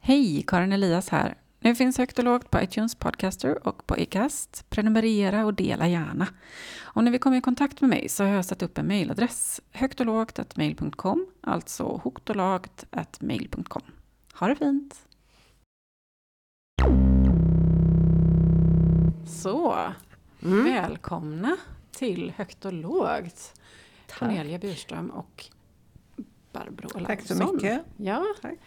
Hej, Karin Elias här. Nu finns Högt och lågt på iTunes Podcaster och på Acast. Prenumerera och dela gärna. Om ni vill komma i kontakt med mig så har jag satt upp en mejladress. högtoghlågt@mail.com, alltså hoktolagt@mail.com. Ha det fint! Så, välkomna till Högt och lågt. Cornelia Bjurström och Barbro Olausson. Tack så mycket. Ja. Tack.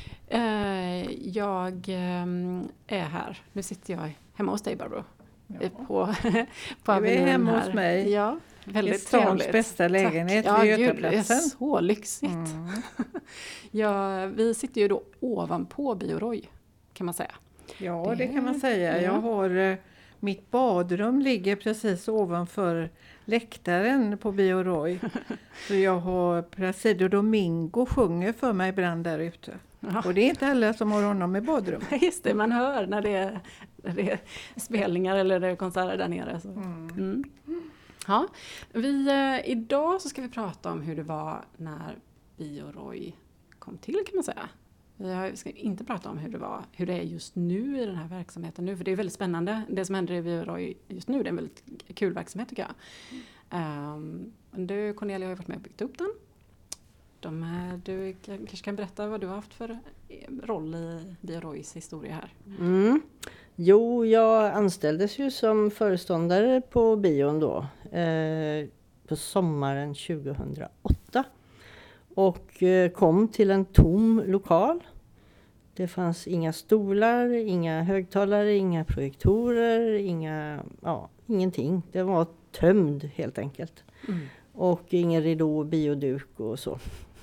Jag är här. Nu sitter jag hemma hos dig, Barbro. Ja. På Du är hemma här. hos mig. Ja, väldigt I stans trevligt. bästa lägenhet Tack. vid Ja, Götaplatsen. Gud, det är så lyxigt. Ja, vi sitter ju då ovanpå BioRoy, kan man säga. Ja, det kan man säga. Jag har, mitt badrum ligger precis ovanför läktaren på BioRoy. Så jag har Placido Domingo sjunger för mig ibland där ute. Ja. Och det är inte alla som har honom i badrum. Just det, man hör när det är spelningar eller det är konserter där nere. Så. Ja, idag så ska vi prata om hur det var när BioRoy kom till, kan man säga. Vi ska inte prata om hur det är just nu i den här verksamheten nu, för det är väldigt spännande. Det som händer i BioRoy just nu, det är en väldigt kul verksamhet tycker jag. Du, Cornelia, har ju varit med och byggt upp den. Du kanske kan berätta vad du har haft för roll i BioRoys historia här. Jo, jag anställdes ju som föreståndare på bion då. På sommaren 2008. Och kom till en tom lokal. Det fanns inga stolar, inga högtalare, inga projektorer, ingenting. Det var tömd helt enkelt. Och ingen ridå, bioduk och så.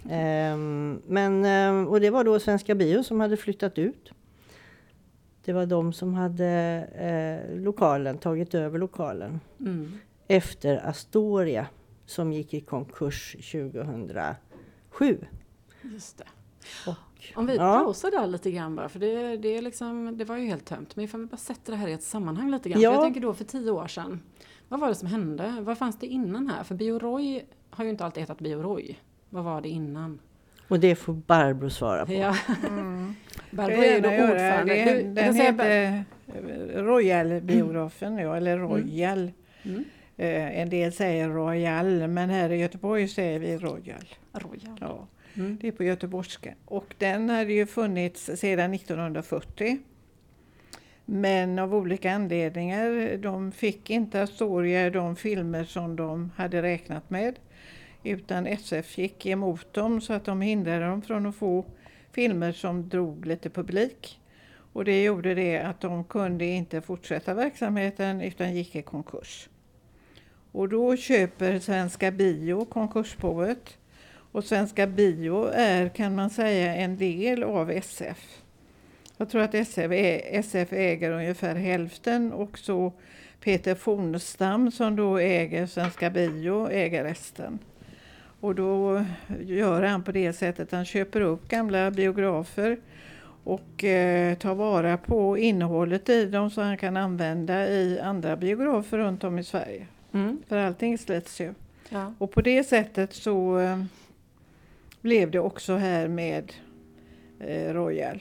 Och det var då Svenska Bio som hade flyttat ut. Det var de som hade tagit över lokalen. Efter Astoria som gick i konkurs 2007. Just det. Om vi pausar där lite grann bara, för det var ju helt tömt. Men vi får bara sätta det här i ett sammanhang lite grann. Ja. För jag tänker då för 10 år sedan. Vad var det som hände? Vad fanns det innan här? För BioRoy har ju inte alltid hetat BioRoy. Vad var det innan? Och det får Barbro svara på. Ja. Barbro är ju då ordförande. Den heter Royal-biografen, eller Royal. En del säger Royal, men här i Göteborg säger vi Royal. Ja. Det är på göteborgska. Och den hade ju funnits sedan 1940. Men av olika anledningar, de fick inte Astoria de filmer som de hade räknat med. Utan SF gick emot dem så att de hindrade dem från att få filmer som drog lite publik. Och det gjorde det att de kunde inte fortsätta verksamheten utan gick i konkurs. Och då köper Svenska Bio konkursboet. Och Svenska Bio är, kan man säga, en del av SF. Jag tror att SF äger ungefär hälften, och så Peter Fornstam som då äger Svenska Bio äger resten. Och då gör han på det sättet, han köper upp gamla biografer och tar vara på innehållet i dem så han kan använda i andra biografer runt om i Sverige. För allting slits ju. Ja. Och på det sättet så blev det också här med Royal.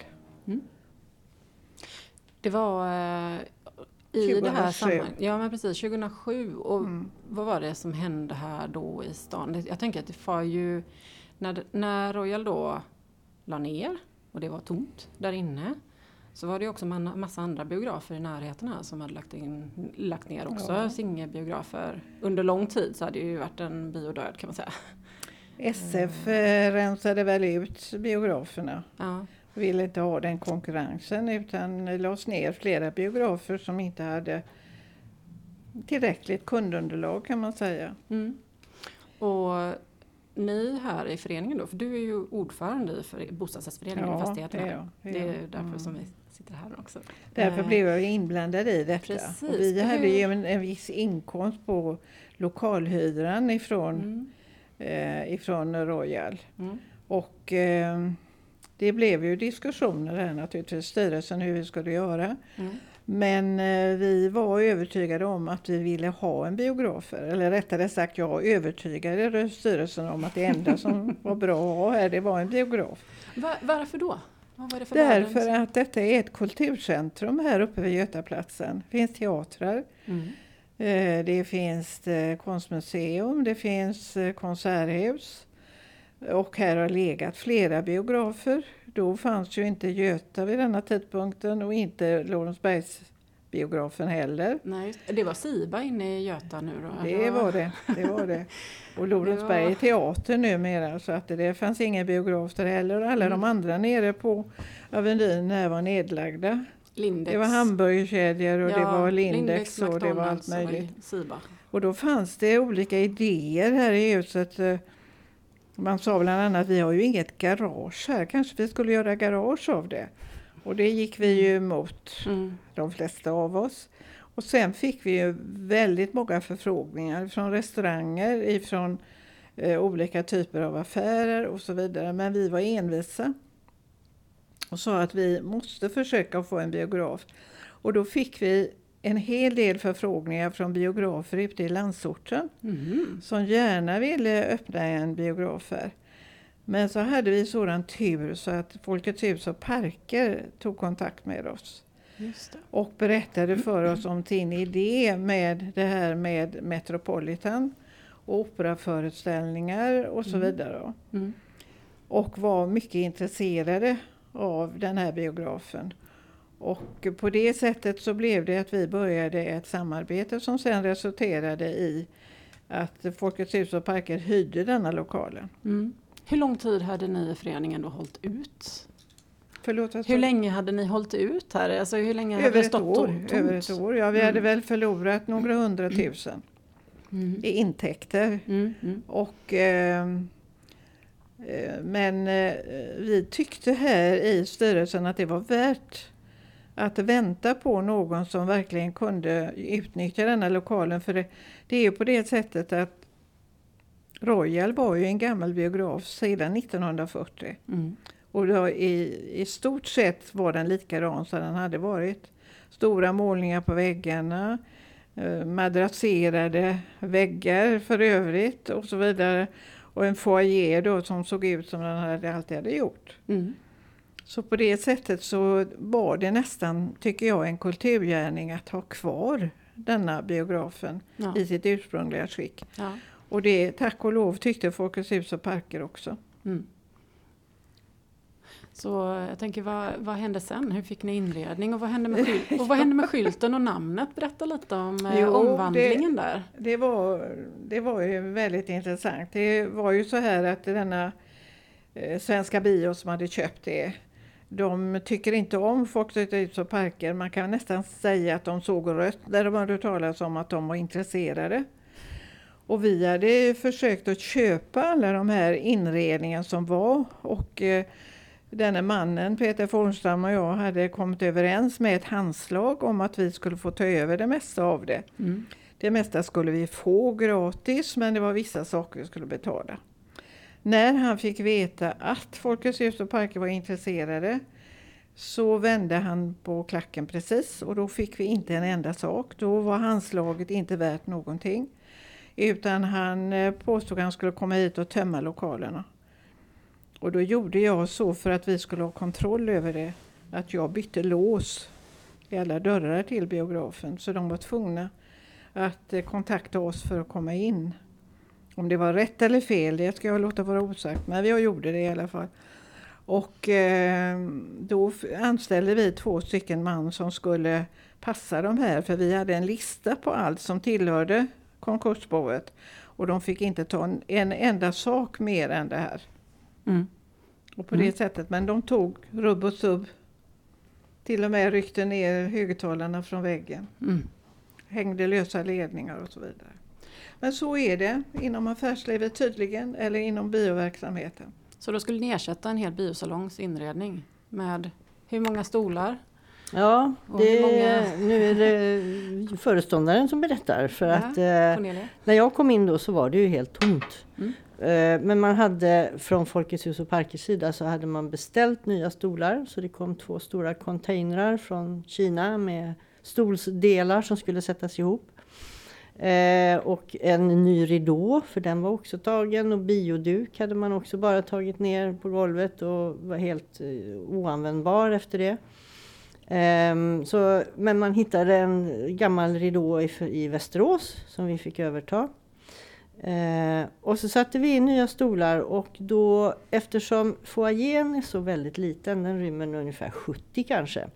Det var i 2007. Det här sammanhanget. Ja, men precis, 2007. Och vad var det som hände här då i stan? Jag tänker att det var ju när Royal då la ner och det var tomt där inne, så var det också massa andra biografer i närheten här som hade lagt ner också. Ja. Singebiografer. Under lång tid så hade det ju varit en biodöd, kan man säga. SF rensade väl ut biograferna. Ja. Ville inte ha den konkurrensen utan lades ner flera biografer som inte hade tillräckligt kundunderlag, kan man säga. Och ni här i föreningen då, för du är ju ordförande i bostadsrättsföreningen i fastigheterna. Det är därför som vi sitter här också. Därför blev jag inblandad i detta. Precis. Och vi hade ju en viss inkomst på lokalhyran ifrån Royal. Och det blev ju diskussioner här naturligtvis, styrelsen hur vi skulle göra. Men vi var övertygade om att vi ville ha en biografer. Eller rättare sagt, jag övertygade styrelsen om att det enda som var bra att ha här, det var en biograf. Varför då? Vad var det för Därför att detta är ett kulturcentrum här uppe vid Götaplatsen. Det finns teatrar, det finns konstmuseum, det finns konserthus. Och här har legat flera biografer. Då fanns ju inte Göta vid denna tidpunkten och inte Lorensbergsbiografen heller. Nej, det var Siba inne i Göta nu då? Det var det. Och Lorensberg är teater numera, så att det fanns ingen biograf där heller. Och alla de andra nere på Avenyn här var nedlagda. Lindex. Det var hamburgerkedjor och det var Lindex och det var allt möjligt. Och då fanns det olika idéer här i huset. Man sa bland annat, vi har ju inget garage här, kanske vi skulle göra garage av det. Och det gick vi ju emot, de flesta av oss. Och sen fick vi ju väldigt många förfrågningar från restauranger, ifrån olika typer av affärer och så vidare. Men vi var envisa och sa att vi måste försöka få en biograf. Och då fick vi en hel del förfrågningar från biografer ute i landsorten som gärna ville öppna en biograf här. Men så hade vi sådan tur så att Folkets hus och parker tog kontakt med oss. Just det. Och berättade för oss om sin idé med det här med Metropolitan och operaföreställningar och så vidare. Och var mycket intresserade av den här biografen. Och på det sättet så blev det att vi började ett samarbete som sen resulterade i att Folkets hus och parker hyrde denna lokalen. Hur lång tid hade ni i föreningen då hållit ut? Förlåt, hur länge hade ni hållit ut här? Alltså hur länge hade över det stått tomt? Över ett år. Ja, vi hade väl förlorat några 100 000 i intäkter. Och, men vi tyckte här i styrelsen att det var värt att vänta på någon som verkligen kunde utnyttja denna lokalen. För det är ju på det sättet att Royal var ju en gammal biograf sedan 1940. Och då i stort sett var den likadan som den hade varit. Stora målningar på väggarna, madrasserade väggar för övrigt och så vidare. Och en foyer då som såg ut som den alltid hade gjort. Så på det sättet så var det nästan, tycker jag, en kulturgärning att ha kvar denna biografen i sitt ursprungliga skick. Ja. Och det, tack och lov, tyckte Folkets hus och parker också. Så jag tänker, vad hände sen? Hur fick ni inredning? Och vad hände med skylten och namnet? Berätta lite om omvandlingen där. Det var ju väldigt intressant. Det var ju så här att denna Svenska Bio som hade köpt det, de tycker inte om Folkets hus och parker. Man kan nästan säga att de såg rött där de hade talat om att de var intresserade. Och vi hade försökt att köpa alla de här inredningen som var. Och denne mannen, Peter Fornstam och jag, hade kommit överens med ett handslag om att vi skulle få ta över det mesta av det. Det mesta skulle vi få gratis, men det var vissa saker vi skulle betala. När han fick veta att Folkets hus och parker var intresserade så vände han på klacken precis. Och då fick vi inte en enda sak. Då var handslaget inte värt någonting. Utan han påstod att han skulle komma hit och tömma lokalerna. Och då gjorde jag så för att vi skulle ha kontroll över det. Att jag bytte lås i alla dörrar till biografen. Så de var tvungna att kontakta oss för att komma in. Om det var rätt eller fel, det ska jag låta vara osagt. Men vi gjorde det i alla fall. Och då anställde vi 2 man som skulle passa de här. För vi hade en lista på allt som tillhörde konkursboet. Och de fick inte ta en enda sak mer än det här. Och på det sättet, men de tog rubb och sub. Till och med ryckte ner högtalarna från väggen. Hängde lösa ledningar och så vidare. Men så är det inom affärslivet tydligen, eller inom bioverksamheten. Så då skulle ni ersätta en hel biosalongs inredning med hur många stolar? Ja, nu är det föreståndaren som berättar. För att när jag kom in då så var det ju helt tomt. Men man hade från Folkets hus och parkers sida så hade man beställt nya stolar. Så det kom 2 stora containrar från Kina med stolsdelar som skulle sättas ihop. Och en ny ridå, för den var också tagen. Och bioduk hade man också bara tagit ner på golvet och var helt oanvändbar efter det. Men man hittade en gammal ridå i Västerås som vi fick överta. Och så satte vi in nya stolar, och då, eftersom foajén är så väldigt liten, den rymmer ungefär 70 kanske.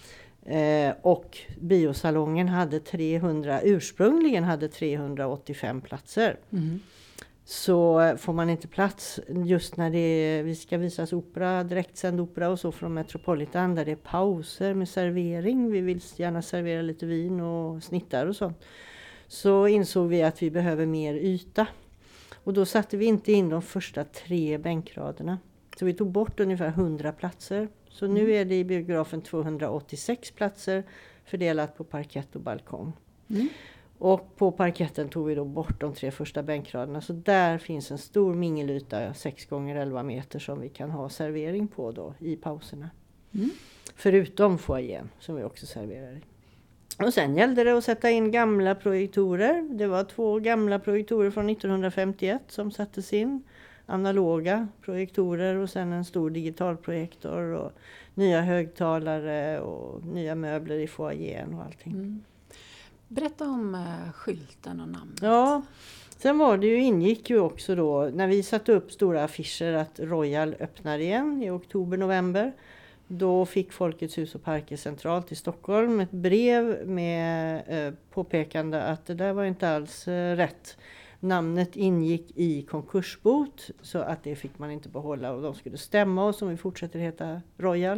Och biosalongen hade ursprungligen hade 385 platser. Mm. Så får man inte plats just när vi ska visas opera, direktsänd opera och så från Metropolitan, där det är pauser med servering. Vi vill gärna servera lite vin och snittar och sånt. Så insåg vi att vi behöver mer yta. Och då satte vi inte in de första 3 bänkraderna. Så vi tog bort ungefär 100 platser. Så nu är det i biografen 286 platser fördelat på parkett och balkong. Mm. Och på parketten tog vi då bort de 3 första bänkraderna. Så där finns en stor mingelyta, 6x11 meter, som vi kan ha servering på då i pauserna. Mm. Förutom foajén som vi också serverar i. Och sen gällde det att sätta in gamla projektorer. Det var 2 gamla projektorer från 1951 som sattes in. Analoga projektorer och sen en stor digitalprojektor och nya högtalare och nya möbler i foajén och allting. Mm. Berätta om skylten och namnet. Ja, sen ingick ju också då när vi satte upp stora affischer att Royal öppnar igen i oktober-november. Då fick Folkets hus och parker centralt i Stockholm ett brev med påpekande att det där var inte alls rätt. Namnet ingick i konkursbot, så att det fick man inte behålla, och de skulle stämma oss om vi fortsätter heta Royal.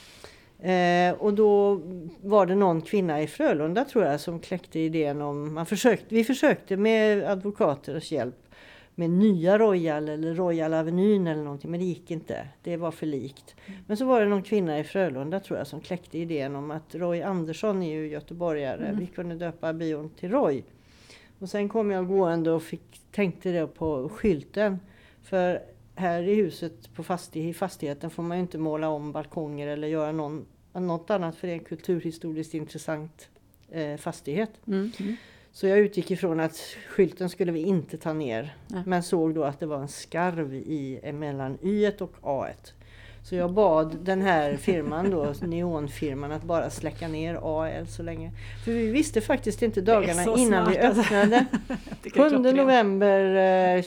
Och då var det någon kvinna i Frölunda, tror jag, som kläckte idén om... Vi försökte med advokaters hjälp med nya Royal eller Royal Avenyn eller någonting, men det gick inte. Det var för likt. Men så var det någon kvinna i Frölunda, tror jag, som kläckte idén om att Roy Andersson är ju göteborgare. Vi kunde döpa bion till Roy. Och sen kom jag gående och tänkte det på skylten. För här i huset i fastigheten får man ju inte måla om balkonger eller göra något annat, för det är en kulturhistoriskt intressant fastighet. Mm. Mm. Så jag utgick ifrån att skylten skulle vi inte ta ner. Ja. Men såg då att det var en skarv mellan Y1 och A1. Så jag bad den här firman då, neonfirman, att bara släcka ner AL så länge. För vi visste faktiskt inte dagarna innan smart, vi öppnade. 7 november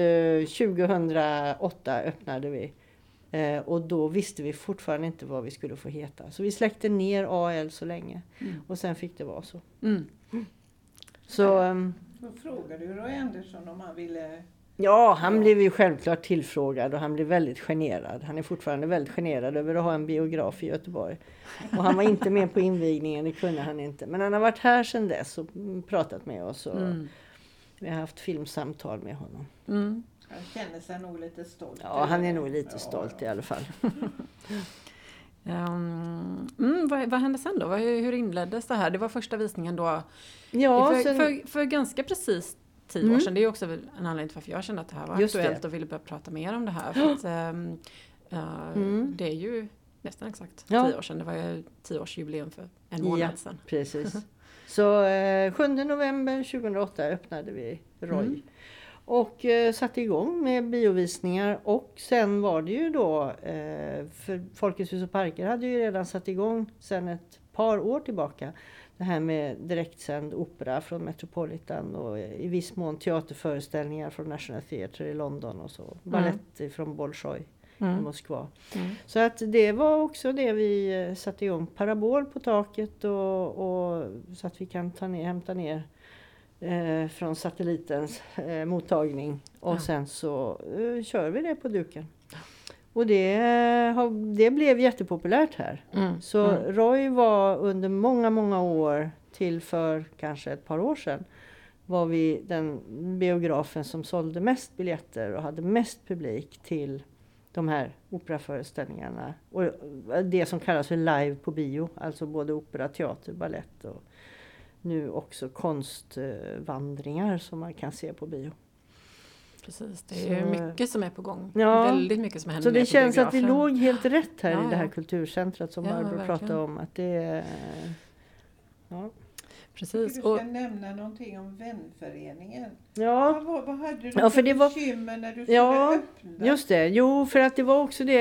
2008 öppnade vi. Och då visste vi fortfarande inte vad vi skulle få heta. Så vi släckte ner AL så länge. Mm. Och sen fick det vara så. Mm. Så då frågade du Roy Andersson om han ville... Ja, han blev ju självklart tillfrågad och han blev väldigt generad. Han är fortfarande väldigt generad över att ha en biograf i Göteborg. Och han var inte med på invigningen, det kunde han inte. Men han har varit här sedan dess och pratat med oss. Och vi har haft filmsamtal med honom. Mm. Han känner sig nog lite stolt. Ja, han är nog lite stolt i alla fall. Vad hände sen då? Hur inleddes det här? Det var första visningen då. Ja, för ganska precis 10 år sedan. Det är också en anledning till varför jag kände att det här var aktuellt och ville börja prata mer om det här. För att, det är ju nästan exakt 10 år sedan. Det var ju 10-årsjubileum för en månad sedan. Precis. Så 7 november 2008 öppnade vi Roy. Och satte igång med biovisningar. Och sen var det ju då, för Folkets hus och parker hade ju redan satt igång sedan ett par år tillbaka. Det här med direktsänd opera från Metropolitan och i viss mån teaterföreställningar från National Theatre i London och så. Ballett från Bolshoi i Moskva. Mm. Så att det var också det vi satte igång. Parabol på taket och så att vi kan hämta ner från satellitens mottagning. Och sen så kör vi det på duken. Och det blev jättepopulärt här. Så Roy var under många, många år till för kanske ett par år sedan var vi den biografen som sålde mest biljetter och hade mest publik till de här operaföreställningarna. Och det som kallas för live på bio, alltså både opera, teater, ballett och nu också konstvandringar som man kan se på bio. Precis, det är mycket som är på gång. Ja, väldigt mycket som händer. Så det känns att vi låg helt rätt här i det här kulturcentret som Barbro pratade om. Att det är, Precis. Du ska nämna någonting om vänföreningen. Ja. Vad hade du för det var bekymmer när du skulle öppna? Just det. Jo, för att det var också det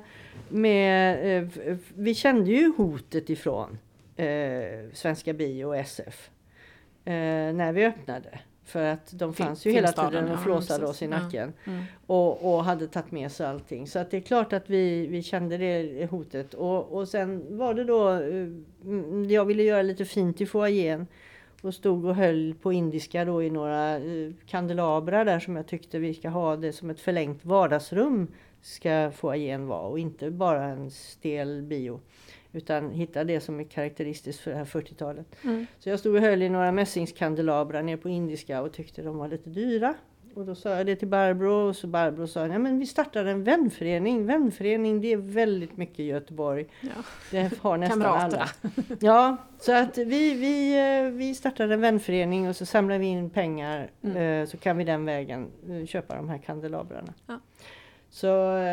med vi kände ju hotet ifrån Svenska Bio och SF när vi öppnade. För att de fanns ju hela tiden och flåsade oss i nacken. Och hade tagit med sig allting. Så att det är klart att vi kände det hotet. Och sen var det då, jag ville göra lite fint i foajén. Och stod och höll på indiska då i några kandelabrar där som jag tyckte vi ska ha det som ett förlängt vardagsrum. Ska foajén vara och inte bara en stel bio. Utan hitta det som är karaktäristiskt för det här 40-talet. Så jag stod och höll i några mässingskandelabrar ner på indiska och tyckte de var lite dyra. Och då sa jag det till Barbro och så Barbro sa, ja men vi startar en vänförening. Vänförening, det är väldigt mycket i Göteborg. Ja. Det har nästan alla. Ja, så att vi startade en vänförening och så samlar vi in pengar så kan vi den vägen köpa de här kandelabrarna. Ja. Så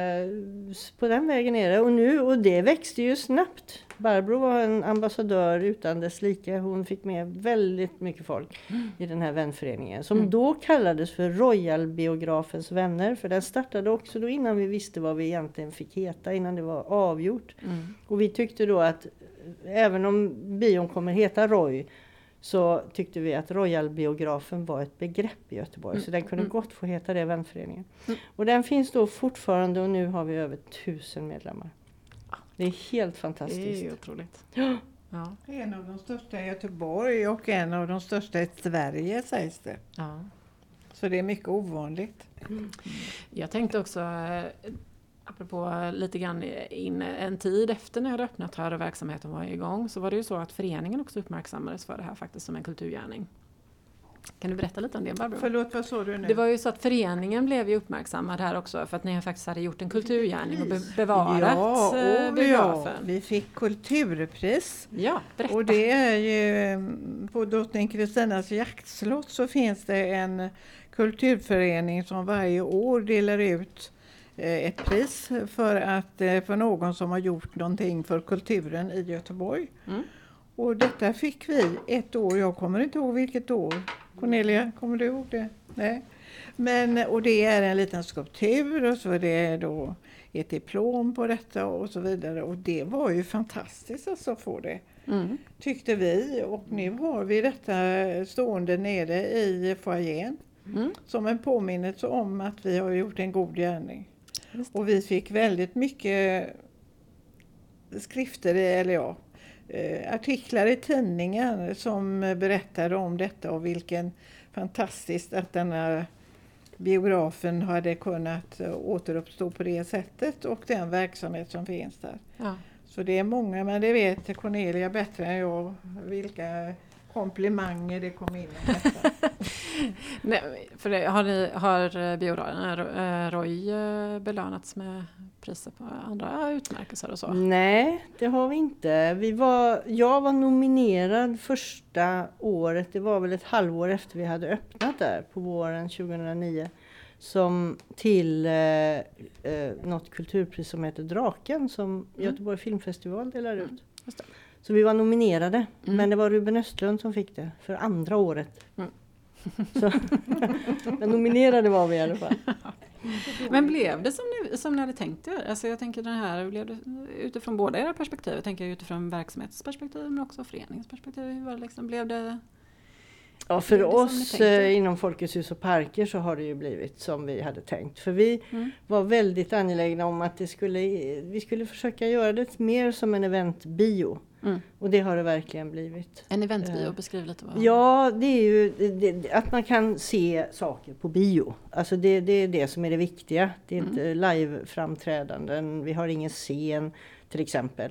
på den vägen är det. Och det växte ju snabbt. Barbro var en ambassadör utan dess like. Hon fick med väldigt mycket folk i den här vänföreningen. Som då kallades för Royal Biografens vänner. För den startade också då innan vi visste vad vi egentligen fick heta. Innan det var avgjort. Och vi tyckte då att även om bion kommer heta Roy. Så tyckte vi att Royal-biografen var ett begrepp i Göteborg. Så den kunde gott få heta det, vänföreningen. Och den finns då fortfarande och nu har vi över 1000 medlemmar. Det är helt fantastiskt. Det är ju otroligt. Ja. En av de största i Göteborg och en av de största i Sverige sägs det. Ja. Så det är mycket ovanligt. Jag tänkte också, apropå lite grann in en tid efter när jag hade öppnat här och verksamheten var igång, så var det ju så att föreningen också uppmärksammades för det här faktiskt som en kulturgärning. Kan du berätta lite om det, Barbro? Förlåt, vad sa du nu? Det var ju så att föreningen blev ju uppmärksammad här också för att ni faktiskt hade gjort en kulturgärning och bevarat biografen. Ja, vi fick kulturpris. Ja, berätta. Och det är ju på Drottning Kristinas jaktslott så finns det en kulturförening som varje år delar ut ett pris för någon som har gjort någonting för kulturen i Göteborg. Och detta fick vi ett år, jag kommer inte ihåg vilket år. Cornelia, kommer du ihåg det? Nej. Och det är en liten skulptur och så är det då ett diplom på detta och så vidare. Och det var ju fantastiskt att få det, tyckte vi. Och nu har vi detta stående nere i foajén som en påminnelse om att vi har gjort en god gärning. Och vi fick väldigt mycket skrifter, artiklar i tidningen som berättade om detta och vilken fantastiskt att denna biografen hade kunnat återuppstå på det sättet och den verksamhet som finns där. Ja. Så det är många, men det vet Cornelia bättre än jag vilka komplimanger det kom in om detta. Nej, för det, har biografen Roy belönats med priser på andra utmärkelser och så? Nej, det har vi inte. Jag var nominerad första året, det var väl ett halvår efter vi hade öppnat där på våren 2009, som till något kulturpris som heter Draken som Göteborg Filmfestival delar ut. Just det. Så vi var nominerade, men det var Ruben Östlund som fick det för andra året. Så, men nominerade var vi i alla fall. Men blev det som ni hade tänkt er? Alltså jag tänker den här, blev det utifrån båda era perspektiv? Jag tänker utifrån verksamhetsperspektiv men också föreningsperspektiv. Hur var det liksom, blev det... Ja, för oss inom Folkets hus och parker så har det ju blivit som vi hade tänkt. För vi var väldigt angelägna om att vi skulle försöka göra det mer som en eventbio. Och det har det verkligen blivit. En eventbio, beskriv lite vad. Ja, det är ju att man kan se saker på bio. Alltså det är det som är det viktiga. Det är inte live-framträdanden. Vi har ingen scen till exempel.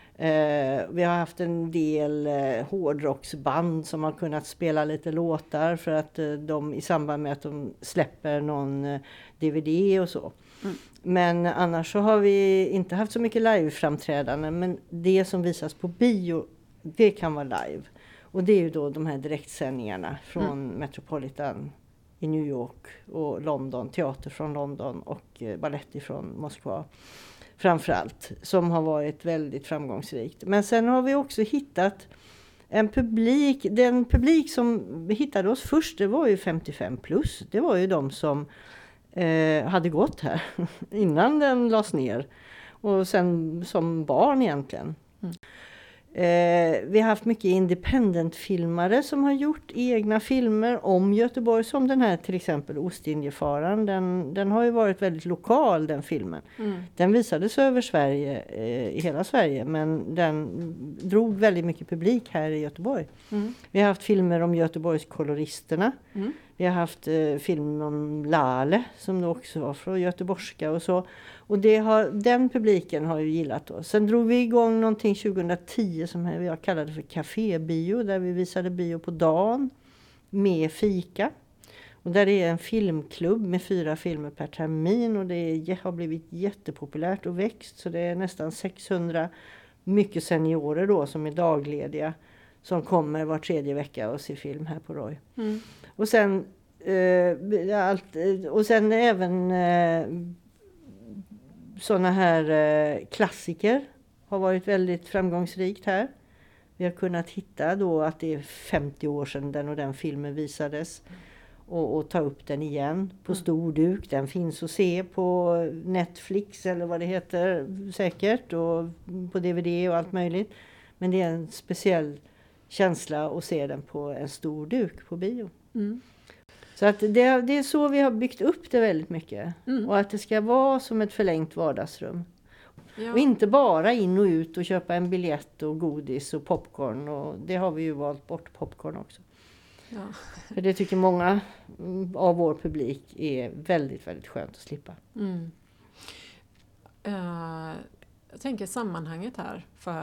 Vi har haft en del hårdrocksband som har kunnat spela lite låtar för att de i samband med att de släpper någon DVD och så. Men annars så har vi inte haft så mycket live-framträdanden, men det som visas på bio, det kan vara live. Och det är ju då de här direktsändningarna från Metropolitan i New York och London, teater från London och balett från Moskva. Framförallt, som har varit väldigt framgångsrikt. Men sen har vi också hittat Den publik som hittade oss först, det var ju 55 plus. Det var ju de som hade gått här innan den lades ner. Och sen som barn egentligen. Vi har haft mycket independent-filmare som har gjort egna filmer om Göteborg. Som den här till exempel Ostindiefararen. Den har ju varit väldigt lokal, den filmen. Den visades över Sverige, i hela Sverige. Men den drog väldigt mycket publik här i Göteborg. Vi har haft filmer om Göteborgs koloristerna. Vi har haft film om Lale som då också var från göteborgska och så. Och den publiken har ju gillat oss. Sen drog vi igång någonting 2010 som jag kallade för kafébio. Där vi visade bio på dagen med fika. Och där är en filmklubb med 4 filmer per termin. Och det har blivit jättepopulärt och växt. Så det är nästan 600 mycket seniorer då som är daglediga. Som kommer var 3:e vecka och ser film här på Roy. Och sen även sådana här klassiker har varit väldigt framgångsrikt här. Vi har kunnat hitta då att det är 50 år sedan den och den filmen visades. Och ta upp den igen på stor duk. Den finns att se på Netflix eller vad det heter säkert. Och på DVD och allt möjligt. Men det är en speciell känsla att se den på en stor duk på bio. Så att det är så vi har byggt upp det väldigt mycket. Och att det ska vara som ett förlängt vardagsrum. Ja. Och inte bara in och ut och köpa en biljett och godis och popcorn. Och det har vi ju valt bort, popcorn också. Ja. För det tycker många av vår publik är väldigt, väldigt skönt att slippa. Jag tänker sammanhanget här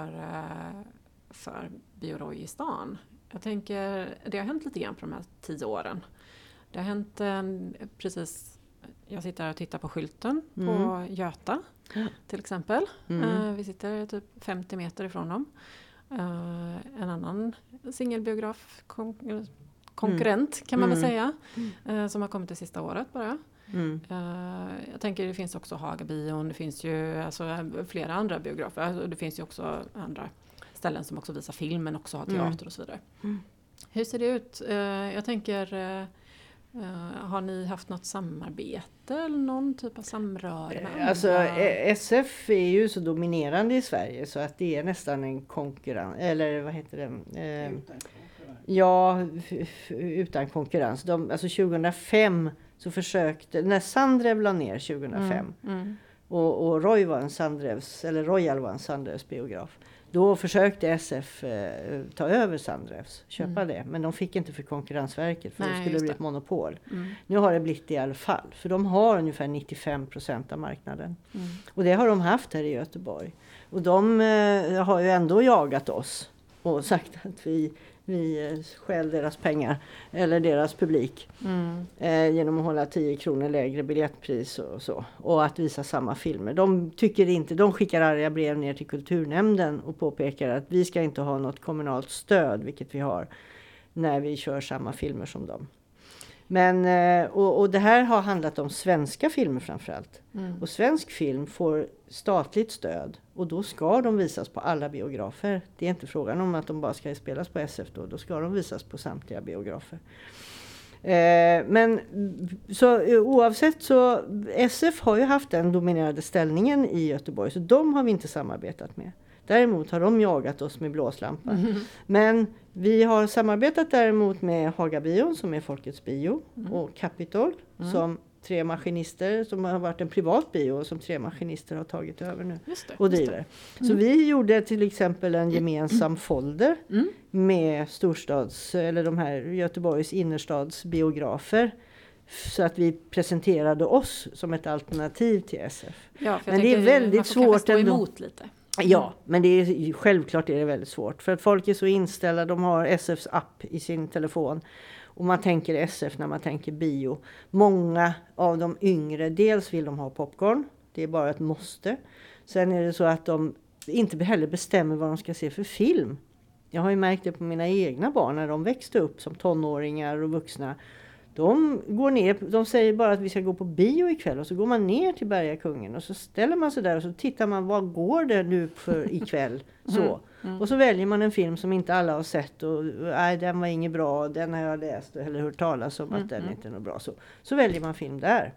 för Bio Roy i stan. Jag tänker, det har hänt lite grann på de här 10 åren. Det har hänt precis, jag sitter här och tittar på skylten på Göta till exempel. Vi sitter typ 50 meter ifrån dem. En annan singelbiograf konkurrent kan man väl säga. Som har kommit det sista året bara. Jag tänker det finns också Hagabion, det finns ju flera andra biografer. Det finns ju också andra ställen som också visar film men också har teater och så vidare. Hur ser det ut? Jag tänker, har ni haft något samarbete eller någon typ av samröre med andra? Alltså SF är ju så dominerande i Sverige så att det är nästan en konkurrens, eller vad heter det? Utan konkurrens. Alltså 2005 så försökte, när Sandrev la ner 2005 och Roy var en Sandrevs, eller Royal var en Sandrevs biograf. Då försökte SF ta över Sandrevs, köpa det. Men de fick inte för Konkurrensverket för det skulle bli ett monopol. Nu har det blivit det i alla fall. För de har ungefär 95% av marknaden. Och det har de haft här i Göteborg. Och de har ju ändå jagat oss och sagt att vi stjäl deras pengar eller deras publik genom att hålla 10 kronor lägre biljettpris och så. Och att visa samma filmer. De skickar arga brev ner till kulturnämnden och påpekar att vi ska inte ha något kommunalt stöd, vilket vi har när vi kör samma filmer som dem. Men, och det här har handlat om svenska filmer framförallt. Och svensk film får statligt stöd. Och då ska de visas på alla biografer. Det är inte frågan om att de bara ska spelas på SF då. Då ska de visas på samtliga biografer. Men så oavsett så SF har ju haft den dominerande ställningen i Göteborg. Så de har vi inte samarbetat med. Däremot har de jagat oss med blåslampa. Men vi har samarbetat däremot med Hagabion som är Folkets bio och Capitol som 3 maskinister som har varit en privat bio som 3 maskinister har tagit över nu och driver. Så vi gjorde till exempel en gemensam folder med eller de här Göteborgs innerstadsbiografer. Så att vi presenterade oss som ett alternativ till SF. Ja, men det är väldigt svårt ändå. Emot lite. Ja, men självklart är det väldigt svårt. För att folk är så inställda, de har SFs app i sin telefon. Och man tänker SF när man tänker bio. Många av de yngre, dels vill de ha popcorn. Det är bara ett måste. Sen är det så att de inte heller bestämmer vad de ska se för film. Jag har ju märkt det på mina egna barn när de växte upp som tonåringar och vuxna. De går ner, de säger bara att vi ska gå på bio ikväll och så går man ner till Bergakungen och så ställer man sig där och så tittar man vad går det nu för ikväll så. Och så väljer man en film som inte alla har sett och nej den var inget bra, den har jag läst eller hört talas om att den inte är något bra så väljer man film där.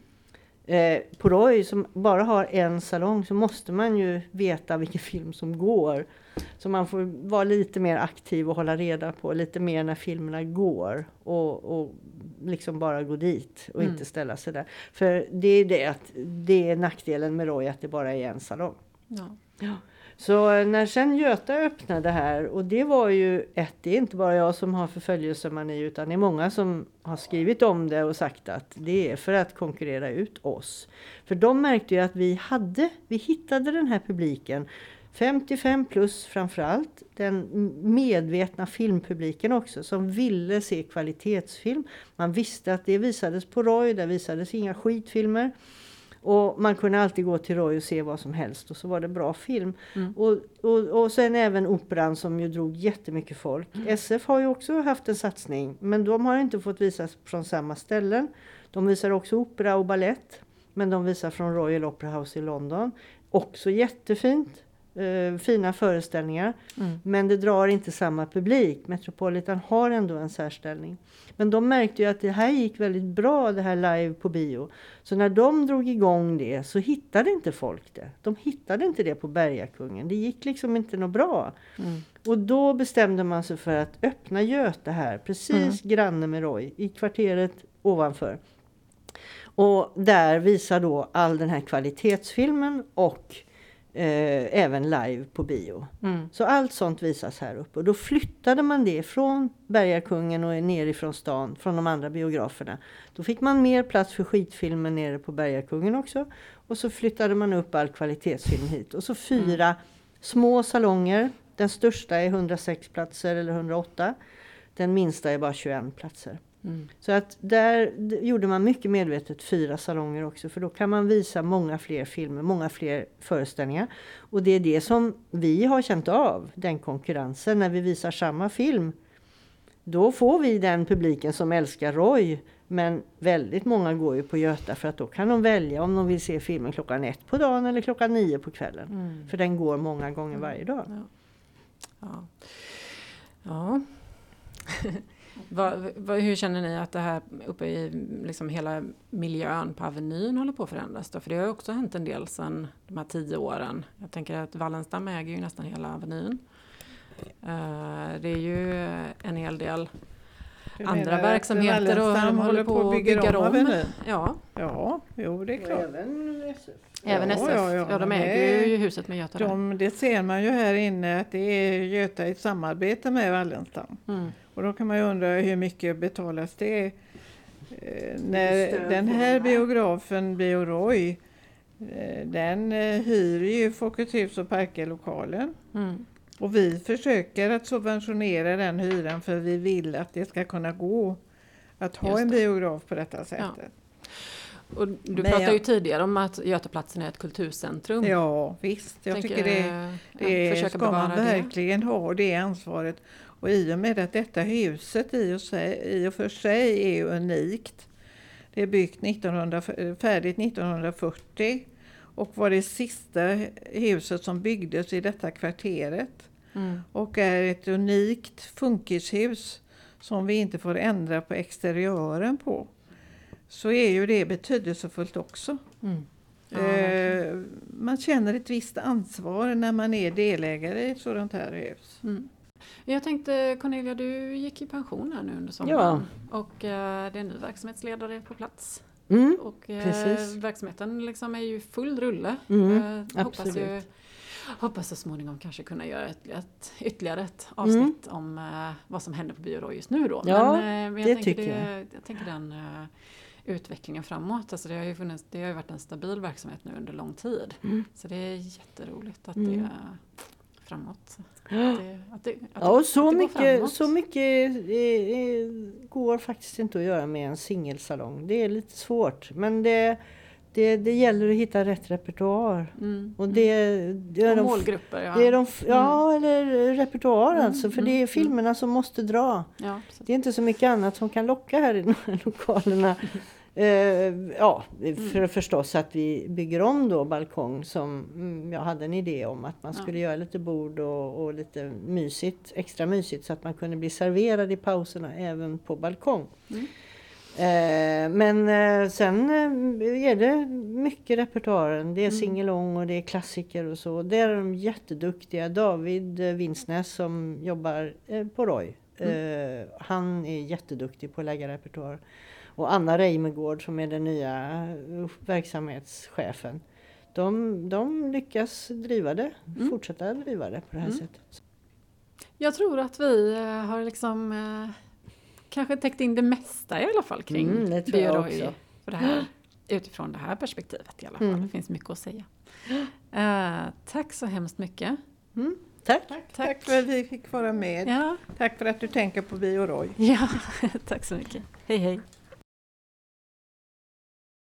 På Roy som bara har en salong så måste man ju veta vilken film som går. Så man får vara lite mer aktiv och hålla reda på lite mer när filmerna går och liksom bara gå dit och inte ställa sig där. För det är det att det är nackdelen med Roy att det bara är en salong. Ja. Så när sen Göta öppnade här, och det var ju det är inte bara jag som har förföljelsemani utan det är många som har skrivit om det och sagt att det är för att konkurrera ut oss. För de märkte ju att vi hittade den här publiken, 55 plus framförallt, den medvetna filmpubliken också som ville se kvalitetsfilm. Man visste att det visades på Roy, där visades inga skitfilmer. Och man kunde alltid gå till Roy och se vad som helst. Och så var det bra film. Och sen även operan som ju drog jättemycket folk. SF har ju också haft en satsning. Men de har inte fått visas från samma ställen. De visar också opera och ballett. Men de visar från Royal Opera House i London. Också jättefint. Fina föreställningar. Men det drar inte samma publik. Metropolitan har ändå en särställning. Men de märkte ju att det här gick väldigt bra, det här live på bio. Så när de drog igång det så hittade inte folk det. De hittade inte det på Bergakungen. Det gick liksom inte något bra. Och då bestämde man sig för att öppna Göta här. Precis granne med Roy. I kvarteret ovanför. Och där visar då all den här kvalitetsfilmen och även live på bio. Så allt sånt visas här uppe. Och då flyttade man det från Bergakungen och nerifrån stan, från de andra biograferna. Då fick man mer plats för skitfilmen nere på Bergakungen också. Och så flyttade man upp all kvalitetsfilm hit. Och så 4 små salonger. Den största är 106 platser eller 108. Den minsta är bara 21 platser. Så att där gjorde man mycket medvetet 4 salonger också. För då kan man visa många fler filmer, många fler föreställningar. Och det är det som vi har känt av, den konkurrensen. När vi visar samma film, då får vi den publiken som älskar Roy. Men väldigt många går ju på Göta för att då kan de välja om de vill se filmen klockan 1 på dagen eller klockan 9 på kvällen. För den går många gånger varje dag. Ja. Hur känner ni att det här uppe i liksom hela miljön på Avenyn håller på att förändras då? För det har ju också hänt en del sedan de här 10 åren. Jag tänker att Wallenstam äger ju nästan hela Avenyn. Det är ju en hel del andra verksamheter och de håller på att bygga om. Ja, jo det är klart. Även SF. Ja, de äger ju huset med Göta. Det ser man ju här inne att det är Göta i samarbete med Wallenstam. Och då kan man ju undra hur mycket betalas det. När den här biografen Bio Roy, den hyr ju Folkets hus och parklokalen. Och vi försöker att subventionera den hyran för vi vill att det ska kunna gå att ha en biograf på detta sättet. Ja. Och du pratade ju tidigare om att Götaplatsen är ett kulturcentrum. Ja, visst. Jag tycker det ska man verkligen ha det ansvaret. Och i och med att detta huset i och för sig är unikt. Det är byggt färdigt 1940 och var det sista huset som byggdes i detta kvarteret. Och är ett unikt funkishus som vi inte får ändra på exteriören på. Så är ju det betydelsefullt också. Man känner ett visst ansvar när man är delägare i ett sådant här hus. Jag tänkte, Cornelia, du gick i pension här nu under sommaren. Ja. Och det är en ny verksamhetsledare på plats. Och verksamheten liksom är ju full rulle. Hoppas så småningom kanske kunna göra ytterligare ett avsnitt om vad som händer på Bio Roy just nu då. Ja, men jag tänker den utvecklingen framåt. Alltså det har ju varit en stabil verksamhet nu under lång tid. Så det är jätteroligt att det är framåt. Så mycket går faktiskt inte att göra med en singelsalong. Det är lite svårt. Men Det gäller att hitta rätt repertoar. Och det är målgrupper, ja. Det är eller repertoar alltså. För det är filmerna som måste dra. Ja, det är inte så mycket annat som kan locka här i de här lokalerna. För förstås att vi bygger om då balkong som jag hade en idé om att man skulle göra lite bord och lite mysigt, extra mysigt så att man kunde bli serverad i pauserna även på balkong. Men sen är det mycket repertoaren. Det är singalong och det är klassiker och så. Där är de jätteduktiga. David Vinsnäs som jobbar på Roy. Han är jätteduktig på att lägga repertoar. Och Anna Reimegård som är den nya verksamhetschefen. De lyckas driva det. Fortsätta driva det på det här sättet. Jag tror att vi har liksom kanske täckt in det mesta i alla fall kring det tror jag också. För det här, utifrån det här perspektivet i alla fall. Det finns mycket att säga. Tack så hemskt mycket. Tack för att vi fick vara med. Ja. Tack för att du tänker på Vi och Roy. Ja, tack så mycket. Hej hej.